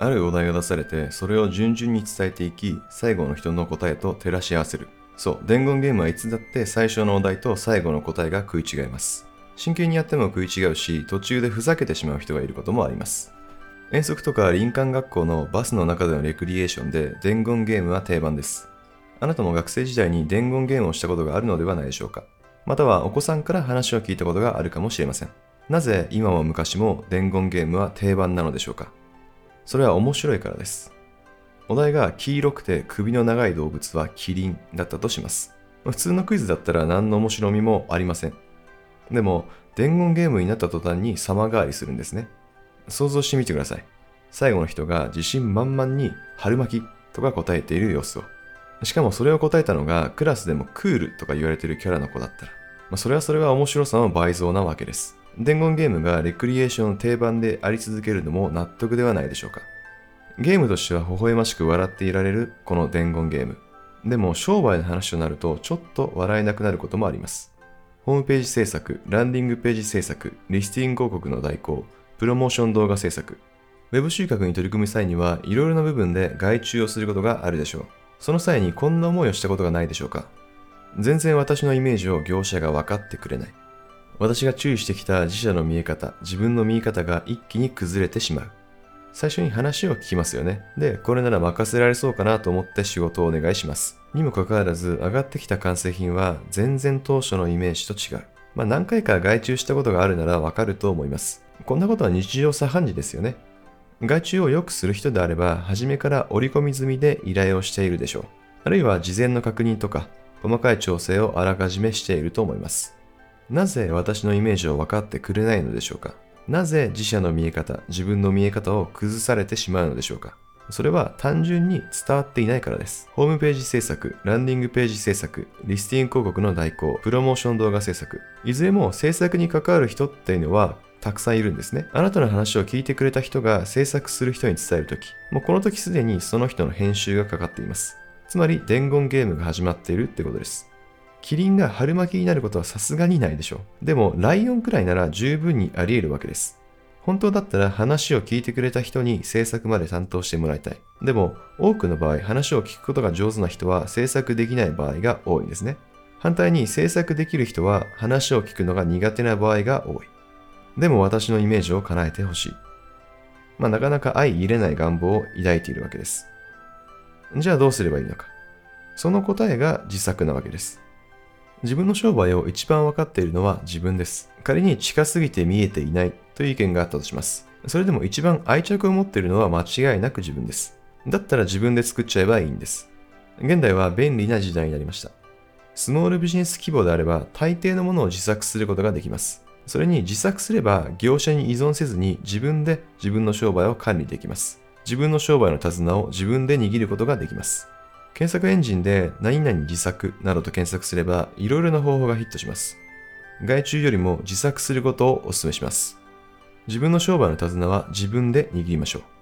あるお題が出されて、それを順々に伝えていき、最後の人の答えと照らし合わせる。そう、伝言ゲームはいつだって最初のお題と最後の答えが食い違います。真剣にやっても食い違うし、途中でふざけてしまう人がいることもあります。遠足とか林間学校のバスの中でのレクリエーションで伝言ゲームは定番です。あなたも学生時代に伝言ゲームをしたことがあるのではないでしょうか。またはお子さんから話を聞いたことがあるかもしれません。なぜ今も昔も伝言ゲームは定番なのでしょうか。それは面白いからです。お題が黄色くて首の長い動物はキリンだったとします。普通のクイズだったら何の面白みもありません。でも伝言ゲームになった途端に様変わりするんですね。想像してみてください。最後の人が自信満々に春巻きとか答えている様子を。しかもそれを答えたのがクラスでもクールとか言われているキャラの子だったら、それは面白さの倍増なわけです。伝言ゲームがレクリエーションの定番であり続けるのも納得ではないでしょうか。ゲームとしては微笑ましく笑っていられるこの伝言ゲーム。でも商売の話となるとちょっと笑えなくなることもあります。ホームページ制作、ランディングページ制作、リスティング広告の代行、プロモーション動画制作。ウェブ集客に取り組む際にはいろいろな部分で外注をすることがあるでしょう。その際にこんな思いをしたことがないでしょうか。全然私のイメージを業者が分かってくれない。私が注意してきた自社の見え方、自分の見え方が一気に崩れてしまう。最初に話を聞きますよね。で、これなら任せられそうかなと思って仕事をお願いします。にもかかわらず、上がってきた完成品は全然当初のイメージと違う。何回か外注したことがあるならわかると思います。こんなことは日常茶飯事ですよね。外注を良くする人であれば、初めから織り込み済みで依頼をしているでしょう。あるいは事前の確認とか、細かい調整をあらかじめしていると思います。なぜ私のイメージを分かってくれないのでしょうか。なぜ自社の見え方、自分の見え方を崩されてしまうのでしょうか。それは単純に伝わっていないからです。ホームページ制作、ランディングページ制作、リスティング広告の代行、プロモーション動画制作。いずれも制作に関わる人っていうのはたくさんいるんですね。あなたの話を聞いてくれた人が制作する人に伝えるとき、もうこの時すでにその人の編集がかかっています。つまり伝言ゲームが始まっているってことです。キリンが春巻きになることはさすがにないでしょう。でもライオンくらいなら十分にあり得るわけです。本当だったら話を聞いてくれた人に制作まで担当してもらいたい。でも多くの場合話を聞くことが上手な人は制作できない場合が多いんですね。反対に制作できる人は話を聞くのが苦手な場合が多い。でも私のイメージを叶えてほしい。なかなか相入れない願望を抱いているわけです。じゃあどうすればいいのか。その答えが自作なわけです。自分の商売を一番分かっているのは自分です。仮に近すぎて見えていないという意見があったとします。それでも一番愛着を持っているのは間違いなく自分です。だったら自分で作っちゃえばいいんです。現代は便利な時代になりました。スモールビジネス規模であれば大抵のものを自作することができます。それに自作すれば業者に依存せずに自分で自分の商売を管理できます。自分の商売の手綱を自分で握ることができます。検索エンジンで何々自作などと検索すればいろいろな方法がヒットします。外注よりも自作することをお勧めします。自分の商売の手綱は自分で握りましょう。